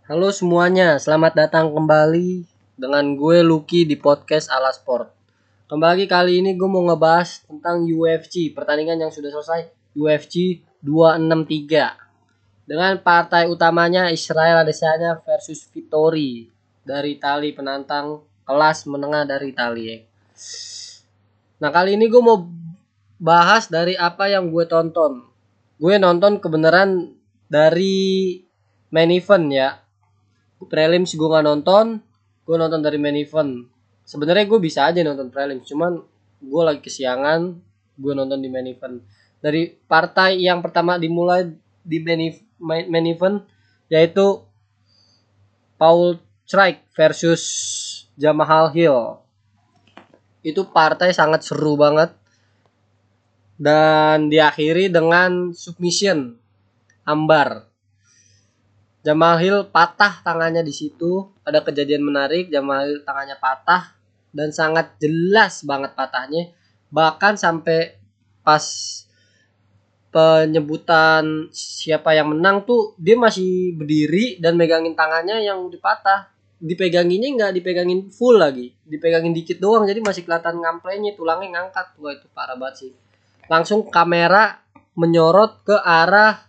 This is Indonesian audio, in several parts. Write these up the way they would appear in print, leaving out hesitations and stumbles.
Halo semuanya, selamat datang kembali dengan gue Lucky di podcast Ala Sport. Kembali kali ini gue mau ngebahas tentang UFC, pertandingan yang sudah selesai, UFC 263. Dengan partai utamanya Israel Adesanya versus Vettori dari Itali, penantang kelas menengah dari Italia. Nah, kali ini gue mau bahas dari apa yang gue tonton. Gue nonton kebenaran dari main event ya. Prelims gue nggak nonton, gue nonton dari main event. Sebenarnya gue bisa aja nonton prelims, cuman gue lagi kesiangan, gue nonton di main event. Dari partai yang pertama dimulai di main event, yaitu Paul Craig versus Jamahal Hill. Itu partai sangat seru banget dan diakhiri dengan submission ambar. Jamal Hill patah tangannya di situ. Ada kejadian menarik, Jamal Hill tangannya patah dan sangat jelas banget patahnya. Bahkan sampai pas penyebutan siapa yang menang tuh dia masih berdiri dan megangin tangannya yang dipatah. Dipeganginnya nggak dipegangin full lagi, dipegangin dikit doang, jadi masih kelihatan ngamplenya, tulangnya ngangkat. Wah, itu parah banget sih. Langsung kamera menyorot ke arah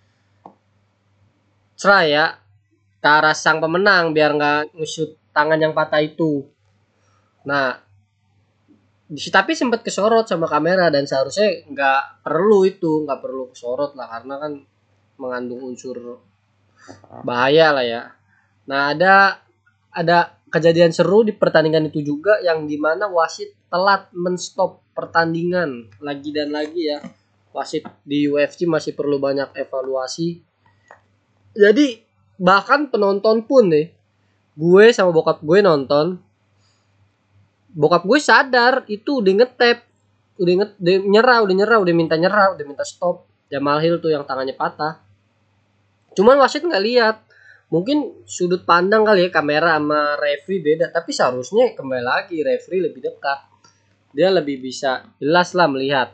try ya, ke arah sang pemenang biar nggak nge-shoot tangan yang patah itu. Nah, tapi sempat kesorot sama kamera dan seharusnya nggak perlu kesorot lah karena kan mengandung unsur bahaya lah ya. Nah, ada kejadian seru di pertandingan itu juga yang dimana wasit telat menstop pertandingan lagi dan lagi ya. Wasit di UFC masih perlu banyak evaluasi. Jadi bahkan penonton pun nih, gue sama bokap gue nonton, bokap gue sadar itu udah ngetep, udah nyerah, udah minta nyerah, udah minta stop. Jamal Hill tuh yang tangannya patah. Cuman wasit nggak lihat, mungkin sudut pandang kali ya, kamera sama referee beda, tapi seharusnya kembali lagi referee lebih dekat, dia lebih bisa jelas lah melihat.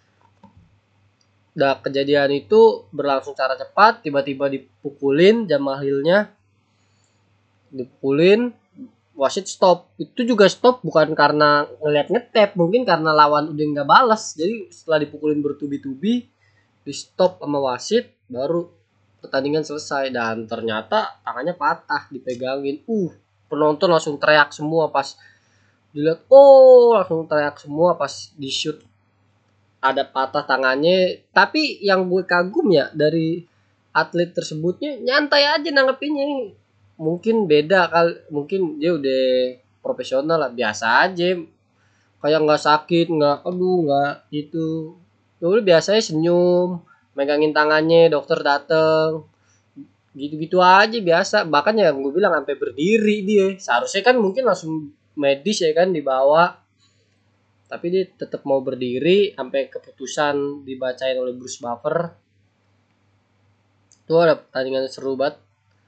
Nah, kejadian itu berlangsung secara cepat, tiba-tiba dipukulin Jamal Hill-nya, dipukulin, wasit stop. Itu juga stop bukan karena ngeliat ngetap, mungkin karena lawan udah nggak balas. Jadi setelah dipukulin bertubi-tubi, di stop sama wasit, baru pertandingan selesai. Dan ternyata tangannya patah, dipegangin. Penonton langsung teriak semua pas dilihat. Langsung teriak semua pas di shoot ada patah tangannya. Tapi yang gue kagum ya dari atlet tersebutnya nyantai aja nanggepinnya. Mungkin beda kali, mungkin dia udah profesional lah, biasa aja, kayak nggak sakit, nggak itu. Ya udah biasanya senyum, megangin tangannya, dokter dateng, gitu-gitu aja biasa. Bahkan ya gue bilang sampai berdiri dia. Seharusnya kan mungkin langsung medis ya kan dibawa, tapi dia tetap mau berdiri sampai keputusan dibacain oleh Bruce Buffer. Itu ada pertandingan seru banget.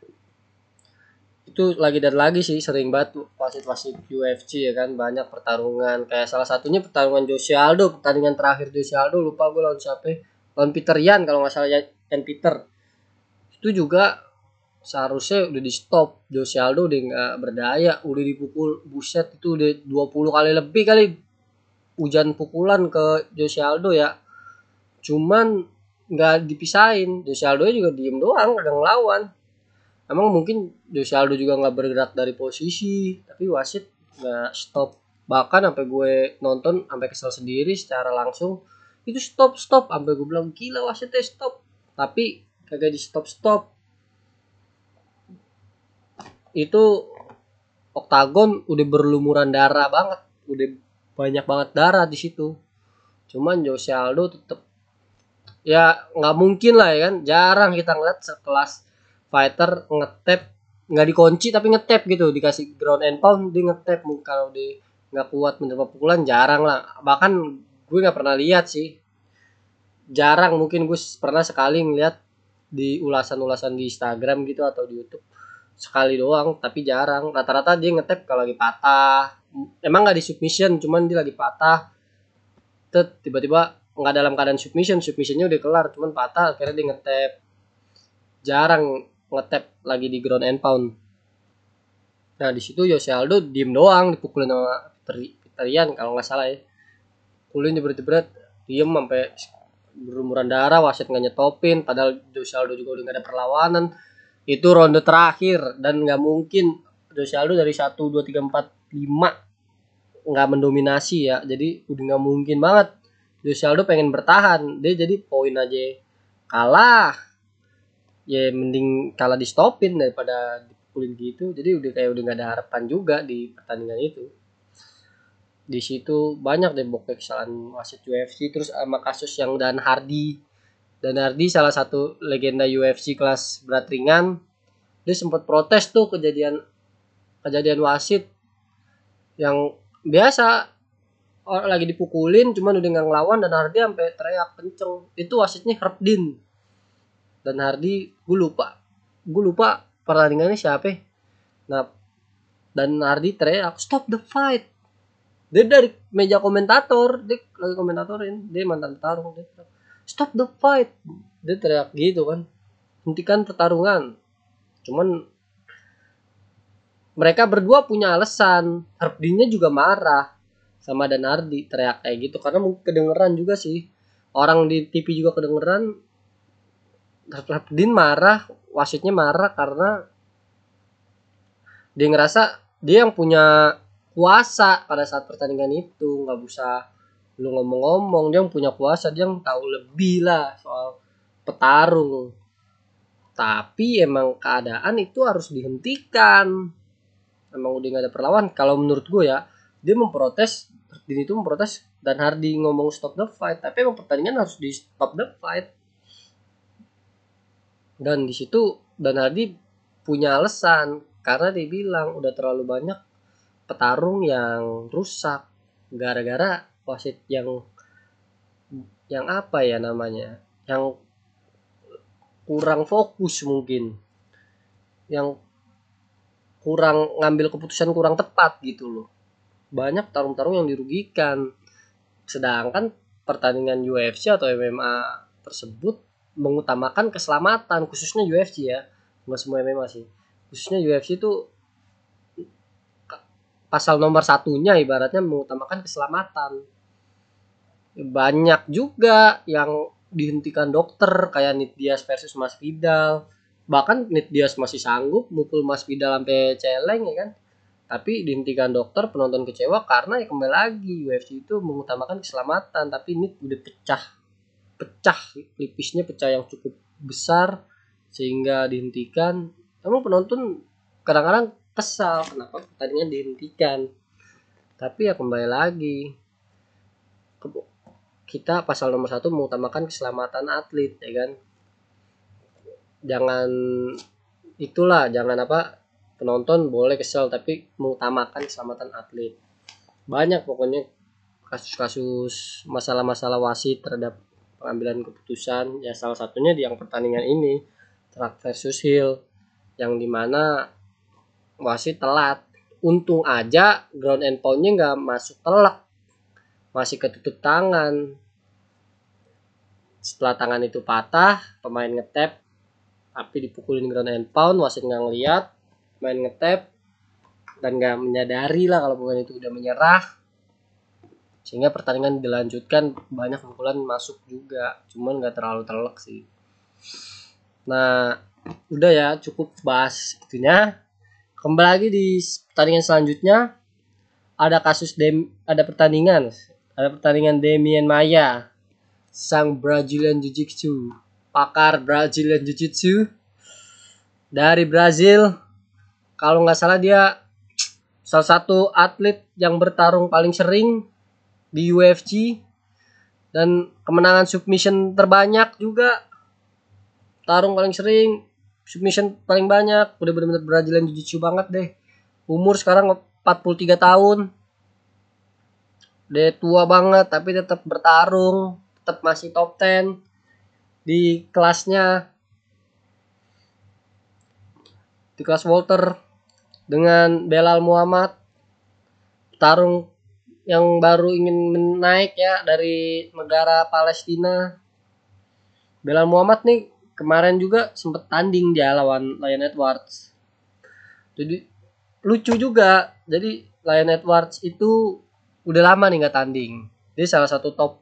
Itu lagi dan lagi sih sering banget wasit-wasit UFC ya kan, banyak pertarungan. Kayak salah satunya pertarungan Jose Aldo, pertandingan terakhir Jose Aldo, lupa gue lawan siapa, lawan Peter Yan kalau nggak salah, Yan Peter. Itu juga seharusnya udah di stop. Jose Aldo udah nggak berdaya, udah dipukul, buset, itu udah 20 kali lebih kali hujan pukulan ke Jose Aldo ya. Cuman nggak dipisahin, Jose Aldo juga diem doang, gak ngelawan. Emang mungkin Jose Aldo juga nggak bergerak dari posisi, tapi wasit nggak stop. Bahkan sampai gue nonton sampai kesel sendiri secara langsung, itu stop sampai gue bilang gila wasitnya stop, tapi kagak di stop. Itu oktagon udah berlumuran darah banget, udah banyak banget darah di situ. Cuman Jose Aldo tetep, ya nggak mungkin lah ya kan, jarang kita ngeliat sekelas fighter ngetap, nggak dikunci tapi ngetap gitu, dikasih ground and pound dia ngetap. Kalau dia nggak kuat menerima pukulan jarang lah, bahkan gue nggak pernah lihat sih, jarang. Mungkin gue pernah sekali ngeliat di ulasan di Instagram gitu atau di YouTube, sekali doang, tapi jarang. Rata-rata dia ngetap kalau lagi patah, emang nggak di submission, cuman dia lagi patah, tiba-tiba nggak dalam keadaan submissionnya udah kelar, cuman patah akhirnya dia ngetap. Jarang ngetap lagi di ground and pound. Nah di situ Jose Aldo diem doang, dipukulin sama Peterian kalau nggak salah ya. Pukulin jebret-jebret, diem sampai berumuran darah, wasit nggak nyetopin. Padahal Jose Aldo juga udah nggak ada perlawanan. Itu ronde terakhir dan nggak mungkin Jose Aldo dari 1, 2, 3, 4, 5 nggak mendominasi ya. Jadi udah nggak mungkin banget. Jose Aldo pengen bertahan, dia jadi poin aja kalah. Ya mending kalah di stopin daripada dipukulin gitu. Jadi udah kayak udah nggak ada harapan juga di pertandingan itu. Di situ banyak deh bokeh kesalahan wasit UFC. Terus sama kasus yang Dan Hardy salah satu legenda UFC kelas berat ringan, dia sempat protes tuh kejadian wasit yang biasa orang lagi dipukulin cuman udah nggak ngelawan, dan Hardy sampai teriak kenceng. Itu wasitnya Herb Dean. Dan Hardy gue lupa pertandingannya siapa. Nah, dan Hardy teriak stop the fight. Dia dari meja komentator, dia lagi komentatorin, dia mantan petarung, dia stop the fight. Dia teriak gitu kan, hentikan pertarungan. Cuman mereka berdua punya alasan. Herb Dean-nya juga marah sama Dan Hardy teriak kayak gitu karena mungkin kedengeran juga sih, orang di TV juga kedengeran. Herb Dean marah, wasitnya marah karena dia ngerasa dia yang punya kuasa pada saat pertandingan itu. Nggak usah lu ngomong-ngomong, dia yang punya kuasa, dia yang tahu lebih lah soal petarung. Tapi emang keadaan itu harus dihentikan, emang udah nggak ada perlawan. Kalau menurut gue ya, dia memprotes, Dean itu memprotes dan Hardy ngomong stop the fight, tapi emang pertandingan harus di stop the fight. Dan di situ Dan Hardy punya alasan karena dia bilang udah terlalu banyak petarung yang rusak gara-gara wasit yang apa ya namanya, yang kurang fokus, mungkin yang kurang ngambil keputusan kurang tepat gitu loh. Banyak tarung-tarung yang dirugikan. Sedangkan pertandingan UFC atau MMA tersebut mengutamakan keselamatan, khususnya UFC ya, nggak semua MMA sih. Khususnya UFC itu pasal nomor satunya ibaratnya mengutamakan keselamatan. Banyak juga yang dihentikan dokter kayak Nate Diaz versus Masvidal. Bahkan Nate Diaz masih sanggup mukul Masvidal sampai celeng ya kan. Tapi dihentikan dokter, penonton kecewa karena ya kembali lagi UFC itu mengutamakan keselamatan, tapi ini udah pecah lipisnya, pecah yang cukup besar sehingga dihentikan. Emang penonton kadang-kadang kesal kenapa pertandingan dihentikan. Tapi ya kembali lagi kita pasal nomor 1 mengutamakan keselamatan atlet ya kan. Jangan penonton boleh kesel tapi mengutamakan keselamatan atlet. Banyak pokoknya kasus-kasus masalah-masalah wasit terhadap pengambilan keputusan ya, salah satunya di yang pertandingan ini Track versus Hill yang dimana wasit telat. Untung aja ground and poundnya nggak masuk telak, masih ketutup tangan. Setelah tangan itu patah, pemain ngetap tapi dipukulin ground and pound, wasit nggak ngeliat, main ngetap dan nggak menyadari lah kalau pemain itu udah menyerah, sehingga pertandingan dilanjutkan. Banyak pukulan masuk juga, cuman nggak terlalu telak sih. Nah udah ya, cukup bahas itunya. Kembali lagi di pertandingan selanjutnya, ada pertandingan Demian Maia, sang Brazilian Jiu-Jitsu, pakar Brazilian Jiu-Jitsu dari Brazil. Kalau nggak salah dia salah satu atlet yang bertarung paling sering di UFC dan kemenangan submission terbanyak juga. Tarung paling sering, submission paling banyak, udah bener-bener Brazilian Jiu-Jitsu banget deh. Umur sekarang 43 tahun. Dia tua banget tapi tetap bertarung, tetap masih top 10 di kelasnya, di kelas Walter dengan Belal Muhammad, tarung yang baru ingin menaik ya dari negara Palestina. Belal Muhammad nih kemarin juga sempet tanding dia lawan Leon Edwards. Jadi lucu juga. Jadi Leon Edwards itu udah lama nih nggak tanding. Dia salah satu top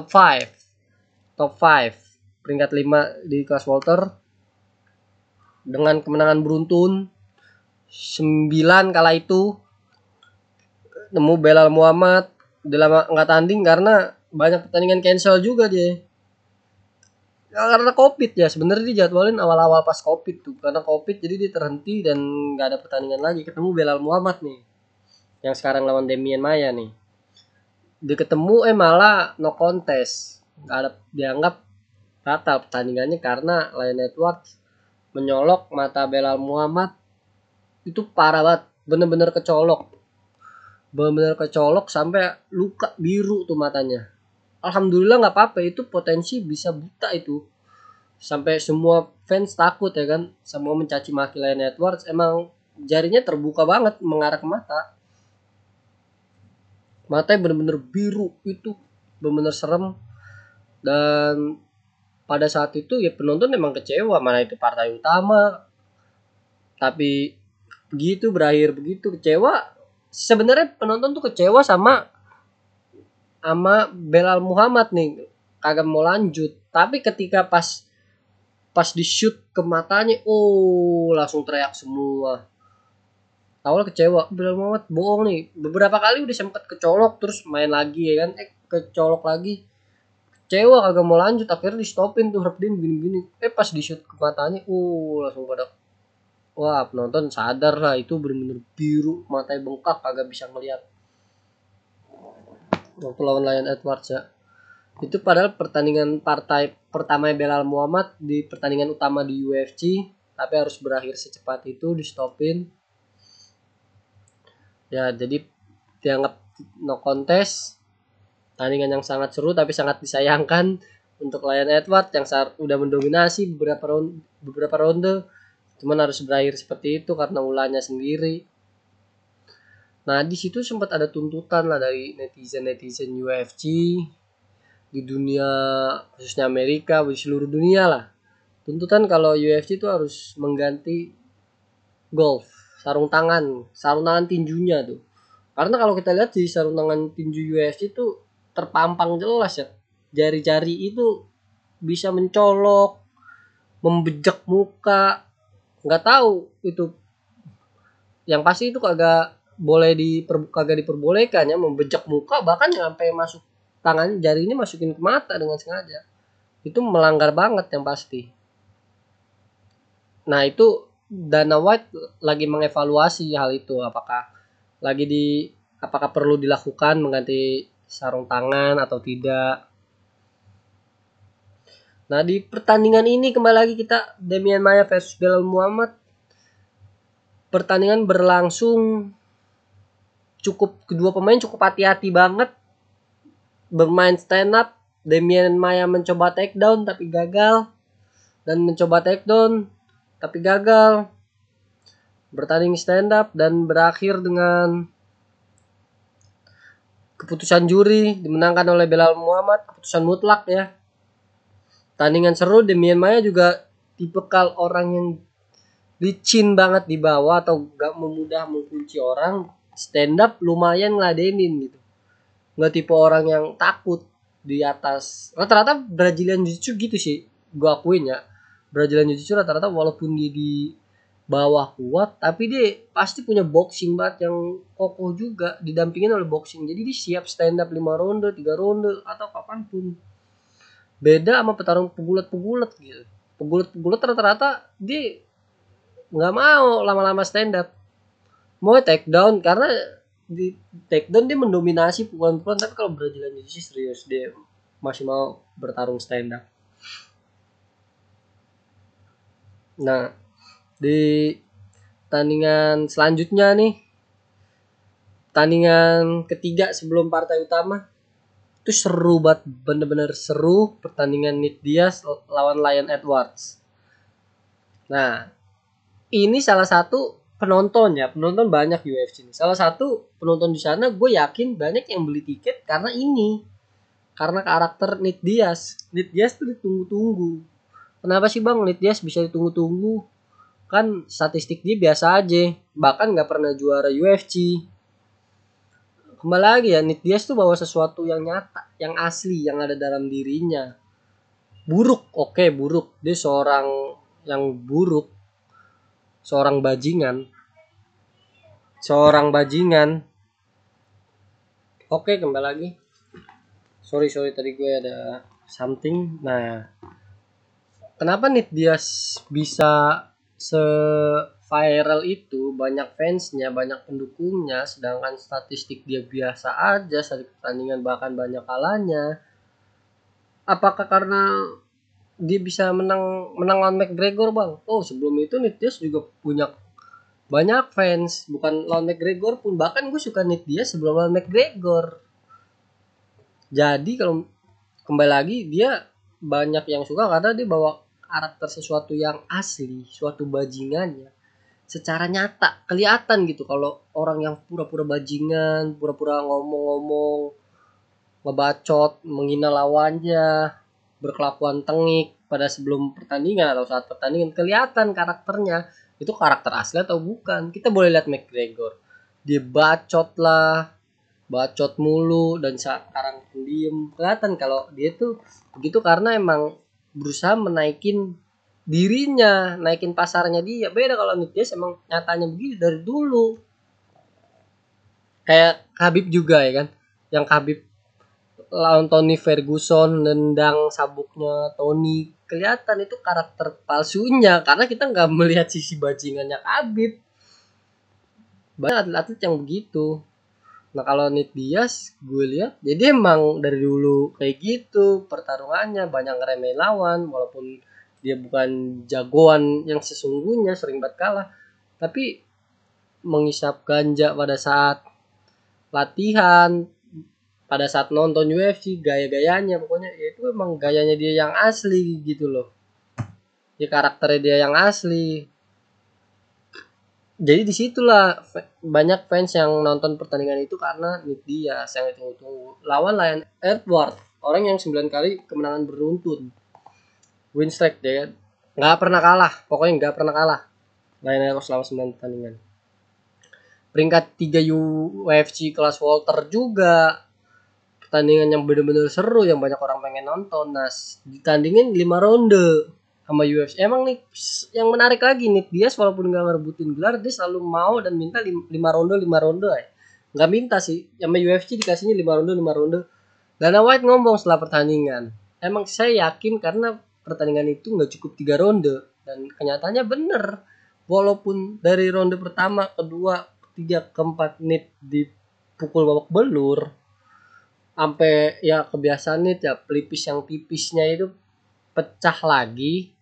5 peringkat 5 di kelas welter dengan kemenangan beruntun 9 kala itu. Nemu Belal Muhammad udah lama nggak tanding karena banyak pertandingan cancel juga dia. Ya, karena covid ya, sebenarnya dijadwalin awal-awal pas covid tuh, karena covid jadi dia terhenti dan nggak ada pertandingan lagi. Ketemu Belal Muhammad nih yang sekarang lawan Demian Maia nih, dia ketemu malah no contest, nggak ada, dianggap batal pertandingannya karena Leon Edwards menyolok mata Belal Muhammad. Itu parah banget, bener-bener kecolok sampai luka biru tuh matanya. Alhamdulillah nggak apa-apa, itu potensi bisa buta itu. Sampai semua fans takut ya kan, semua mencaci maki Leon Edwards. Emang jarinya terbuka banget mengarah ke mata. Matanya bener-bener biru, itu bener-bener serem. Dan pada saat itu ya penonton emang kecewa, mana itu partai utama. Tapi begitu berakhir begitu, kecewa. Sebenarnya penonton tuh kecewa sama Belal Muhammad nih, kagak mau lanjut. Tapi ketika pas di shoot ke matanya, langsung teriak semua. Awalnya kecewa, Belal Muhammad bohong nih. Beberapa kali udah sempet kecolok terus main lagi ya kan, kecolok lagi. Kecewa kagak mau lanjut, akhirnya di stopin tuh Herpdin gini-gini. Pas di shoot ke matanya, langsung pada, wah penonton sadar lah itu bener-bener biru, matanya bengkak kagak bisa ngeliat. Waktu lawan Leon Edwards ya. Itu padahal pertandingan partai pertama Belal Muhammad di pertandingan utama di UFC, tapi harus berakhir secepat itu, di stopin. Ya, jadi dianggap no contest. Tandingan yang sangat seru tapi sangat disayangkan untuk Leon Edwards yang udah mendominasi beberapa ronde. Cuman harus berakhir seperti itu karena ulahnya sendiri. Nah, di situ sempat ada tuntutan lah dari netizen UFC di dunia, khususnya Amerika, di seluruh dunia lah. Tuntutan kalau UFC itu harus mengganti golf, sarung tangan tinjunya tuh. Karena kalau kita lihat di sarung tangan tinju UFC itu terpampang jelas ya. Jari-jari itu bisa mencolok, membejek muka. Nggak tahu itu. Yang pasti itu kagak diperbolehkan ya, membejek muka, bahkan sampai masuk tangan jari ini masukin ke mata dengan sengaja. Itu melanggar banget yang pasti. Nah, itu Dana White lagi mengevaluasi hal itu, apakah perlu dilakukan mengganti sarung tangan atau tidak. Nah, di pertandingan ini kembali lagi kita Demian Maia versus Belal Muhammad. Pertandingan berlangsung kedua pemain cukup hati-hati banget bermain stand up. Demian Maia mencoba takedown tapi gagal, dan mencoba takedown tapi gagal. Bertanding stand up dan berakhir dengan keputusan juri dimenangkan oleh Belal Muhammad, keputusan mutlak ya. Tandingan seru. Demian Maia juga tipikal orang yang licin banget di bawah atau gak memudah mengunci orang. Stand up lumayan ngeladenin gitu, nggak tipe orang yang takut di atas. Rata-rata Brazilian Jiu-Jitsu gitu sih, gue akuin ya. Brazilian Jiu-Jitsu rata-rata walaupun dia di bawah kuat, tapi dia pasti punya boxing banget yang kokoh juga, didampingin oleh boxing. Jadi dia siap stand up 5 ronde, 3 ronde, atau kapanpun. Beda sama petarung pegulat gitu. Pegulat rata-rata dia nggak mau lama-lama stand up, mau take down, karena di take down dia mendominasi pukulan-pukulan. Tapi kalau Brazilian Jiu-Jitsu serius, dia masih mau bertarung stand up. Nah, di tandingan selanjutnya nih, tandingan ketiga sebelum partai utama, itu seru banget, bener-bener seru. Pertandingan Nate Diaz lawan Leon Edwards. Nah, ini salah satu penonton banyak UFC ini. Salah satu penonton di sana, gue yakin banyak yang beli tiket karena karakter Nate Diaz tuh ditunggu-tunggu. Kenapa sih bang Nate Diaz bisa ditunggu-tunggu? Kan statistik dia biasa aja, bahkan nggak pernah juara UFC. Kembali lagi ya, Nate Diaz tuh bawa sesuatu yang nyata, yang asli, yang ada dalam dirinya. Buruk, oke buruk, dia seorang yang buruk, seorang bajingan, seorang bajingan. Oke, kembali lagi. Sorry tadi gue ada something. Nah, kenapa nih dia bisa se viral itu, banyak fansnya, banyak pendukungnya, sedangkan statistik dia biasa aja, saat pertandingan bahkan banyak kalahnya. Apakah karena dia bisa menang lawan McGregor bang? Oh sebelum itu Nate Diaz juga punya banyak fans, bukan lawan McGregor pun, bahkan gue suka Nate Diaz sebelum lawan McGregor. Jadi kalau kembali lagi, dia banyak yang suka karena dia bawa karakter sesuatu yang asli, suatu bajingannya secara nyata kelihatan gitu. Kalau orang yang pura-pura bajingan, pura-pura ngomong-ngomong, ngebacot, menghina lawannya, berkelakuan tengik pada sebelum pertandingan atau saat pertandingan, kelihatan karakternya itu karakter asli atau bukan. Kita boleh lihat McGregor, dia bacot lah, bacot mulu, dan sekarang pendiam. Kelihatan kalau dia tuh begitu karena emang berusaha menaikin dirinya, naikin pasarnya dia. Beda kalau Nitya emang nyatanya begini dari dulu. Kayak Khabib juga ya kan. Yang Khabib lawan Tony Ferguson nendang sabuknya Tony, kelihatan itu karakter palsunya karena kita nggak melihat sisi bajingannya Khabib. Banyak atlet-atlet yang begitu. Nah kalau Nate Diaz gue lihat jadi emang dari dulu kayak gitu pertarungannya, banyak ngeremehin lawan walaupun dia bukan jagoan yang sesungguhnya, sering banget kalah, tapi mengisap ganja pada saat latihan, pada saat nonton UFC, gaya-gayanya pokoknya ya itu emang gayanya dia yang asli gitu loh, ya karakternya dia yang asli. Jadi disitulah banyak fans yang nonton pertandingan itu karena Nick Diaz yang ditunggu-tunggu lawan Lion Edward, orang yang 9 kali kemenangan beruntun, win streak dia kan, nggak pernah kalah, pokoknya nggak pernah kalah Lion Edward selama 9 pertandingan. Peringkat 3 UFC kelas Walter juga, pertandingan yang benar-benar seru yang banyak orang pengen nonton. Nah ditandingin 5 ronde sama UFC. Emang nih yang menarik lagi nih, dia walaupun nggak ngerebutin gelar, dia selalu mau dan minta 5 ronde ya. Nggak minta sih, sama UFC dikasihnya 5 ronde. Dana White ngomong setelah pertandingan, emang saya yakin karena pertandingan itu nggak cukup 3 ronde, dan kenyataannya bener. Walaupun dari ronde pertama, kedua, ketiga, keempat Nit dipukul babak belur, sampai ya kebiasaan Nit ya pelipis yang tipisnya itu pecah lagi,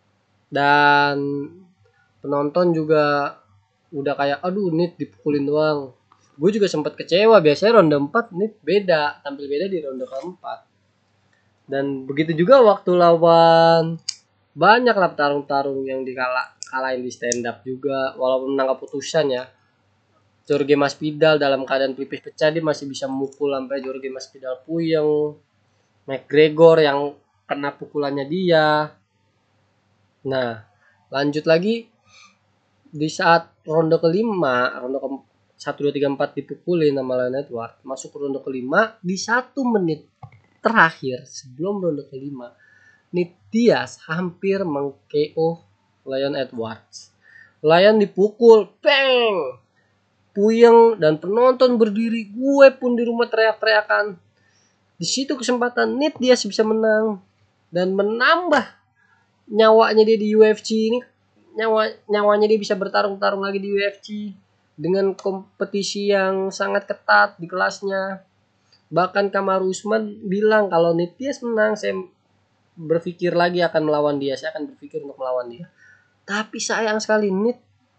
dan penonton juga udah kayak aduh Nit dipukulin doang. Gue juga sempat kecewa, biasanya ronde 4 Nit beda, tampil beda di ronde keempat. Dan begitu juga waktu lawan banyak lah tarung-tarung yang kalahin di stand up juga, walaupun menang keputusan ya. Jorge Masvidal dalam keadaan pelipis pecah dia masih bisa mukul sampai Jorge Masvidal puyeng. McGregor yang kena pukulannya dia. Nah, lanjut lagi di saat ronde kelima, ronde ke 1 2 3 4 dipukulin sama Leon Edwards, masuk ke ronde kelima di 1 menit terakhir sebelum ronde kelima, Nate Diaz hampir meng-KO Leon Edwards. Leon dipukul, bang, puyeng, dan penonton berdiri, gue pun di rumah teriak-teriakan. Di situ kesempatan Nate Diaz bisa menang dan menambah nyawanya dia di UFC ini, nyawanya dia bisa bertarung lagi di UFC dengan kompetisi yang sangat ketat di kelasnya. Bahkan Kamaru Usman bilang kalau Nate Diaz menang, saya berpikir lagi akan melawan dia, saya akan berpikir untuk melawan dia. Tapi sayang sekali Nate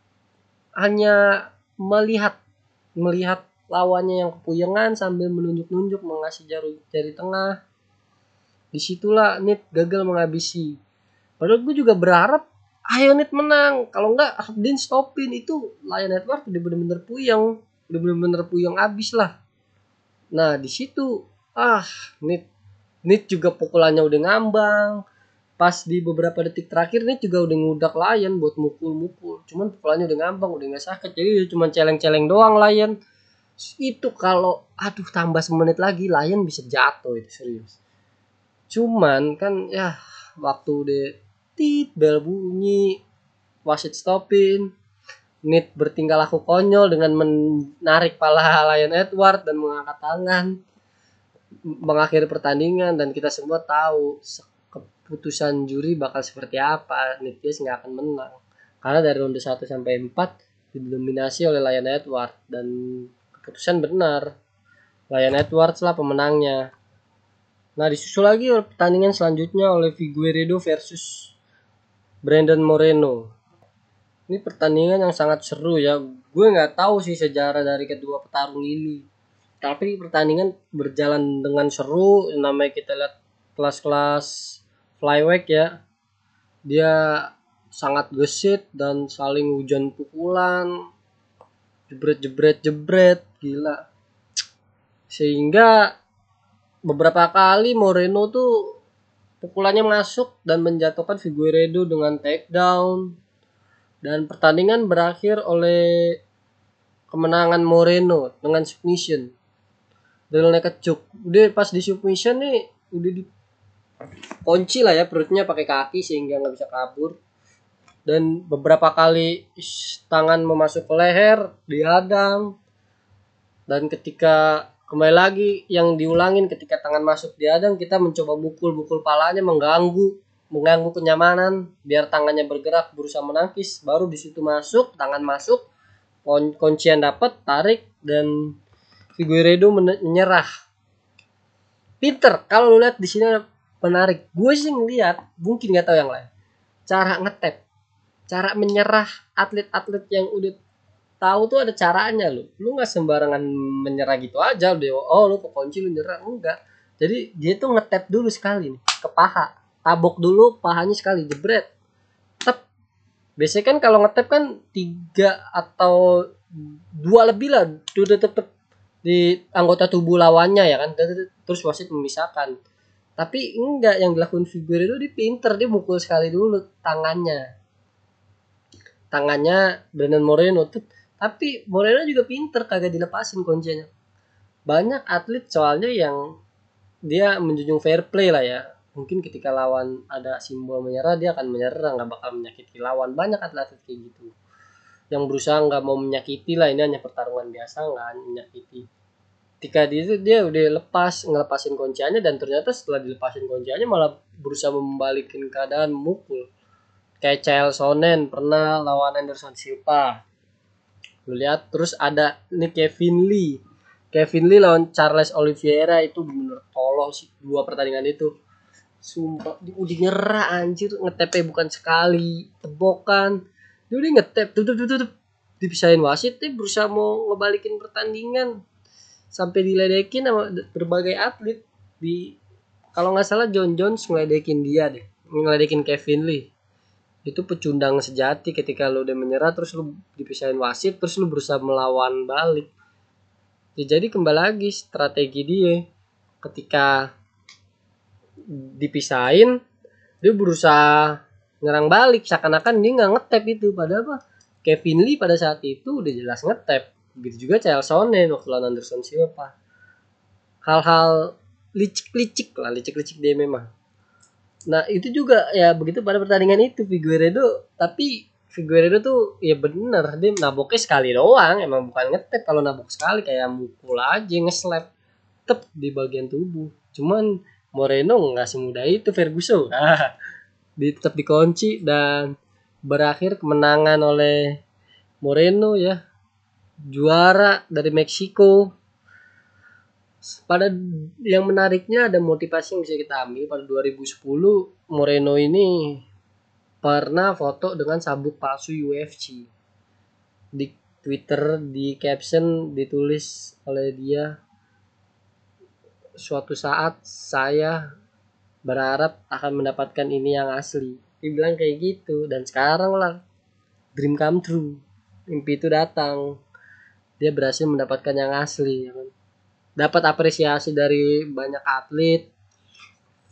hanya melihat lawannya yang kepuyengan sambil menunjuk-nunjuk mengasih jari tengah. Disitulah Nate gagal menghabisi. Padahal gue juga berharap ayo Nate menang, kalau enggak Abdin stopin. Itu Lion Edwards udah bener-bener puyeng abis lah. Nah di situ Nate juga pukulannya udah ngambang, pas di beberapa detik terakhir nih juga udah ngudak Lion buat mukul-mukul, cuman pukulannya udah ngambang, udah nggak sakit, jadi cuma celeng-celeng doang Lion. Itu kalau aduh tambah semenit lagi Lion bisa jatuh itu serius. Cuman kan ya waktu udah bel bunyi, wasit stopin, Nit bertingkah laku konyol dengan menarik pala Lion Edward dan mengangkat tangan mengakhiri pertandingan, dan kita semua tahu keputusan juri bakal seperti apa. Nitpies nggak akan menang karena dari ronde 1 sampai 4 didominasi oleh Lion Edward, dan keputusan benar, Lion Edwards lah pemenangnya. Nah disusul lagi oleh pertandingan selanjutnya oleh Figueiredo versus Brandon Moreno. Ini pertandingan yang sangat seru ya. Gue nggak tahu sih sejarah dari kedua petarung ini, tapi pertandingan berjalan dengan seru. Namanya kita lihat kelas-kelas flyweight ya, dia sangat gesit dan saling hujan pukulan, jebret gila. Sehingga beberapa kali Moreno tuh pukulannya masuk dan menjatuhkan Figueiredo dengan takedown, dan pertandingan berakhir oleh kemenangan Moreno dengan submission. Drill naked choke. Udah pas di submission nih udah dikunci lah ya perutnya pakai kaki sehingga nggak bisa kabur, dan beberapa kali tangan memasuk ke leher dihadang, dan ketika kembali lagi yang diulangin ketika tangan masuk dihadang, kita mencoba mukul palanya mengganggu kenyamanan biar tangannya bergerak berusaha menangkis, baru di situ masuk tangan masuk, kuncian dapat, tarik, dan Figueiredo menyerah. Pinter kalau lu lihat di sini menarik. Gue sih ngeliat, mungkin nggak tahu yang lain, cara ngetap, cara menyerah atlet-atlet yang udah tahu tuh ada caranya. Lu nggak sembarangan menyerah gitu aja udah, oh lu kekunci lu nyerah, enggak. Jadi dia tuh ngetap dulu sekali nih ke paha, tabok dulu pahanya sekali, jebret, tep. Biasanya kan kalau ngetap kan 3 atau 2 lebih lah udah tetep di anggota tubuh lawannya ya kan, terus wasit memisahkan. Tapi enggak, yang dilakukan Figueiredo dia pinter, dia mukul sekali dulu tangannya Brandon Moreno tuh. Tapi Moreno juga pinter, kagak dilepasin kuncinya. Banyak atlet soalnya yang dia menjunjung fair play lah ya, mungkin ketika lawan ada simbol menyerah dia akan menyerah, nggak bakal menyakiti lawan. Banyak atlet kayak gitu yang berusaha nggak mau menyakiti lah, ini hanya pertarungan biasa, nggak menyakiti. Ketika dia udah ngelepasin kunciannya, dan ternyata setelah dilepasin kunciannya malah berusaha membalikin keadaan, mukul. Kayak Chael Sonnen pernah lawan Anderson Silva. Lu lihat, terus ada ini Kevin Lee lawan Charles Oliveira, itu bener tolol sih 2 pertandingan itu. Sumpah udah nyerah anjir, ngetep bukan sekali, tebokan. Dia udah ngetep tutup dipisahin wasit, dia berusaha mau ngebalikin pertandingan sampai diledekin sama berbagai atlet. Kalau nggak salah John Jones ngeledekin Kevin Lee. Itu pecundang sejati ketika lu udah menyerah terus lu dipisahin wasit terus lu berusaha melawan balik. Ya, jadi kembali lagi strategi dia, ketika dipisahin dia berusaha nyerang balik seakan-akan dia nggak ngetap itu, padahal apa, Kevin Lee pada saat itu udah jelas ngetap. Begitu juga Chael Sonnen waktu lawan Anderson Silva. Hal-hal licik dia memang. Nah itu juga ya begitu pada pertandingan itu Figueiredo, tapi Figueiredo tuh ya bener dia naboknya sekali doang, emang bukan ngetap. Kalau nabok sekali kayak mukul aja, nge-slap tep di bagian tubuh. Cuman Moreno nggak semudah itu Ferguson. Tetap dikunci dan berakhir kemenangan oleh Moreno ya, juara dari Meksiko. Pada yang menariknya ada motivasi yang bisa kita ambil. Pada 2010 Moreno ini pernah foto dengan sabuk palsu UFC. Di Twitter di caption ditulis oleh dia, suatu saat saya berharap akan mendapatkan ini yang asli. Dia bilang kayak gitu, dan sekarang lah dream come true, mimpi itu datang. Dia berhasil mendapatkan yang asli, dapat apresiasi dari banyak atlet,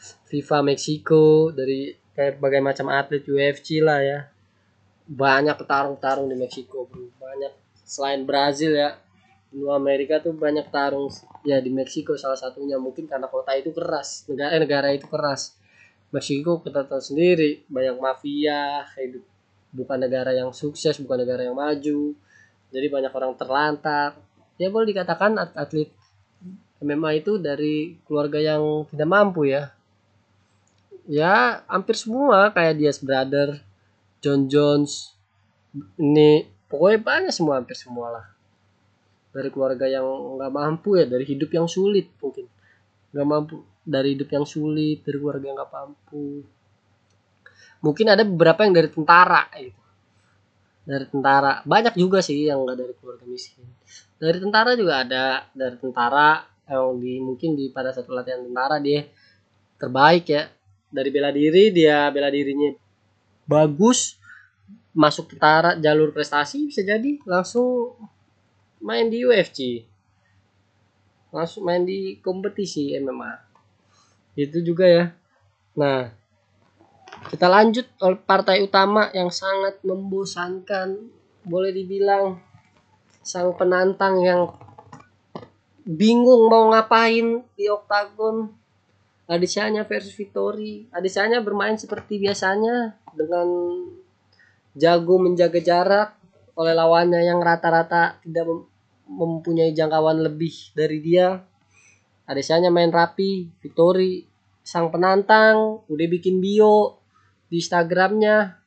FIFA Meksiko, dari kayak berbagai macam atlet UFC lah ya. Banyak petarung-petarung di Meksiko, bro. Banyak selain Brazil ya. Benua Amerika tuh banyak petarung ya, di Meksiko salah satunya, mungkin karena kota itu keras, negara itu keras. Meksiko kita tahu sendiri banyak mafia, kayak bukan negara yang sukses, bukan negara yang maju. Jadi banyak orang terlantar. Ya boleh dikatakan atlet MMA itu dari keluarga yang tidak mampu ya. Ya hampir semua kayak Diaz Brother, John Jones, ini pokoknya banyak semua, hampir semua lah. Dari keluarga yang nggak mampu ya, dari hidup yang sulit mungkin. Nggak mampu, dari hidup yang sulit, dari keluarga yang nggak mampu. Mungkin ada beberapa yang dari tentara gitu. Dari tentara banyak juga sih yang nggak dari keluarga miskin. Dari tentara juga ada, dari tentara yang mungkin pada satu latihan tentara dia terbaik ya, dari bela diri dia bela dirinya bagus, masuk tentara jalur prestasi, bisa jadi langsung main di UFC, langsung main di kompetisi MMA itu juga ya. Nah, kita lanjut oleh partai utama yang sangat membosankan, boleh dibilang sang penantang yang bingung mau ngapain di oktagon. Adesanya versus Vettori. Adesanya bermain seperti biasanya dengan jago menjaga jarak oleh lawannya yang rata-rata tidak mempunyai jangkauan lebih dari dia. Adesanya main rapi. Vettori sang penantang udah bikin bio di Instagramnya,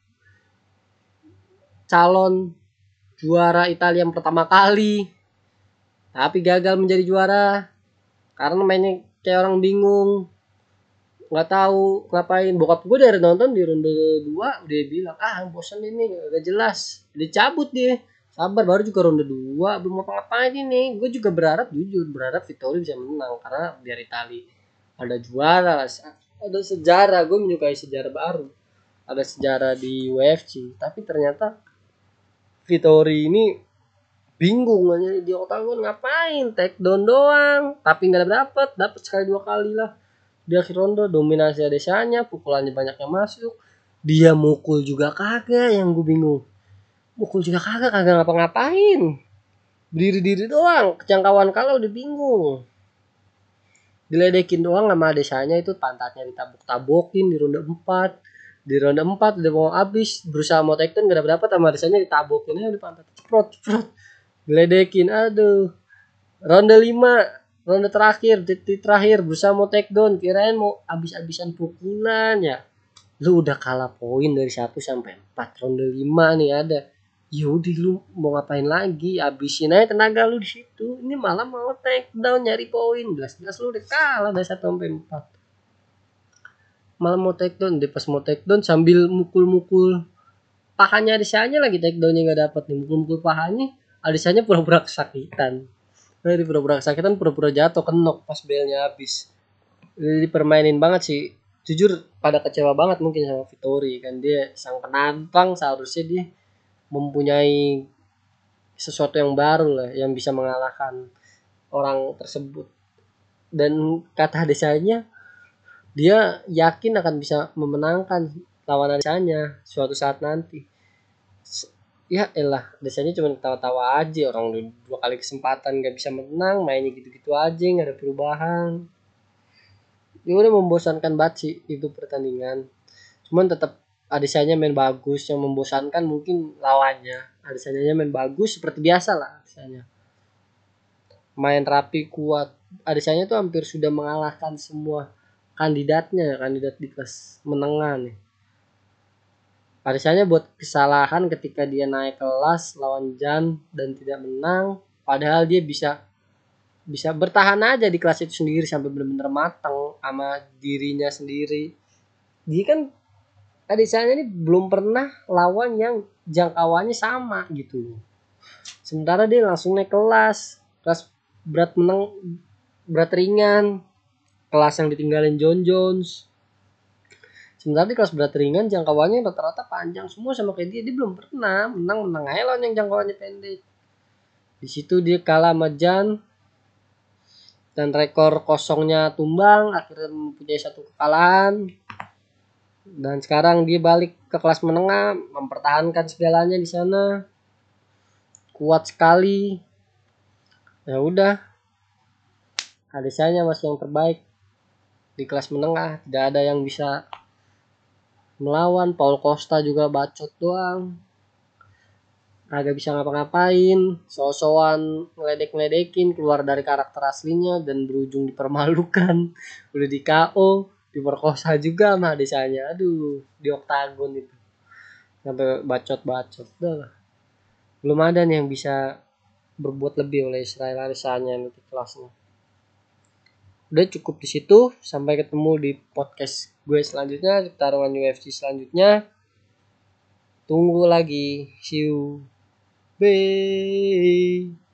calon juara Italia yang pertama kali, tapi gagal menjadi juara karena mainnya kayak orang bingung, nggak tahu ngapain. Bokap gue dari nonton di ronde 2 udah bilang bosan ini, gak jelas, dicabut dia. Sabar, baru juga ronde 2 belum ngapa-ngapain ini. Gue juga jujur berharap Vettori bisa menang karena biar Italia ada juara, ada sejarah. Gue menyukai sejarah baru, ada sejarah di UFC. Tapi ternyata Vettori ini bingung aja di oktagon ngapain, takedown doang, tapi nggak dapat sekali 2 kali lah. Di akhir ronde dominasi Adesanya, pukulannya banyak yang masuk, dia mukul juga kagak, yang gue bingung. Mukul juga kagak ngapa-ngapain, berdiri-diri doang, kejangkauan kalau udah bingung. Diledekin doang sama Adesanya, itu pantatnya ditabok-tabokin di ronde 4. Di ronde 4 udah mau habis, berusaha mau takedown gak dapat sama Adesanya, ditabokinnya di pantat, ceprot. Diledekin, aduh. Ronde 5, ronde terakhir, detik terakhir berusaha mau take down, kirain mau habis-habisan pukulan ya. Lu udah kalah poin dari 1 sampai 4, ronde 5 nih ada. Yaudah lu mau ngapain lagi? Habisin aja tenaga lu di situ. Ini malah mau take down nyari poin. Jelas-jelas lu udah kalah dari 1 sampai 4. Malah mau take down, dia pas mau take down sambil mukul-mukul pahanya Adesanya lagi, take downnya enggak dapat nih. Mukul-mukul pahanya, Adesanya pura-pura kesakitan. Dari pura-pura kesakitan, pura-pura jatuh, kenok pas belnya habis. Dipermainin banget sih. Jujur pada kecewa banget mungkin sama Vettori kan, dia sang penantang, seharusnya dia mempunyai sesuatu yang baru lah, yang bisa mengalahkan orang tersebut. Dan kata Adesanya, dia yakin akan bisa memenangkan lawan Adesanya suatu saat nanti. Ya elah, biasanya cuma tawa-tawa aja, orang 2 kali kesempatan gak bisa menang, mainnya gitu-gitu aja, gak ada perubahan. Ya udah membosankan banget sih itu pertandingan. Cuman tetap Adesanya main bagus, yang membosankan mungkin lawannya. Adesanya main bagus seperti biasa lah Adesanya. Main rapi, kuat. Adesanya tuh hampir sudah mengalahkan semua kandidatnya, kandidat di kelas menengah nih. Adesanya buat kesalahan ketika dia naik kelas lawan Jan dan tidak menang, padahal dia bisa bertahan aja di kelas itu sendiri sampai benar-benar matang sama dirinya sendiri. Dia kan Adesanya ini belum pernah lawan yang jangkauannya sama gitu. Sementara dia langsung naik kelas berat ringan, kelas yang ditinggalin John Jones. Sementara di kelas berat ringan jangkauannya rata-rata panjang semua sama kayak dia belum pernah menang aja lawan yang jangkauannya pendek. Di situ dia kalah sama Jan. dan rekor kosongnya tumbang, akhirnya mempunyai satu kekalahan. Dan sekarang dia balik ke kelas menengah, mempertahankan segalanya di sana, kuat sekali. Ya udah, Adesanya masih yang terbaik di kelas menengah, tidak ada yang bisa melawan. Paul Costa juga bacot doang, agak bisa ngapa-ngapain, so-soan ngeledek-ngeledekin, keluar dari karakter aslinya dan berujung dipermalukan. Udah di KO, diperkosa juga sama Adesanya. Aduh, di oktagon itu sampai bacot-bacot. Udah lah, belum ada nih yang bisa berbuat lebih oleh Israel Adesanya nih di kelasnya. Udah cukup di situ, sampai ketemu di podcast gue selanjutnya, di pertarungan UFC selanjutnya. Tunggu lagi, see you, bye.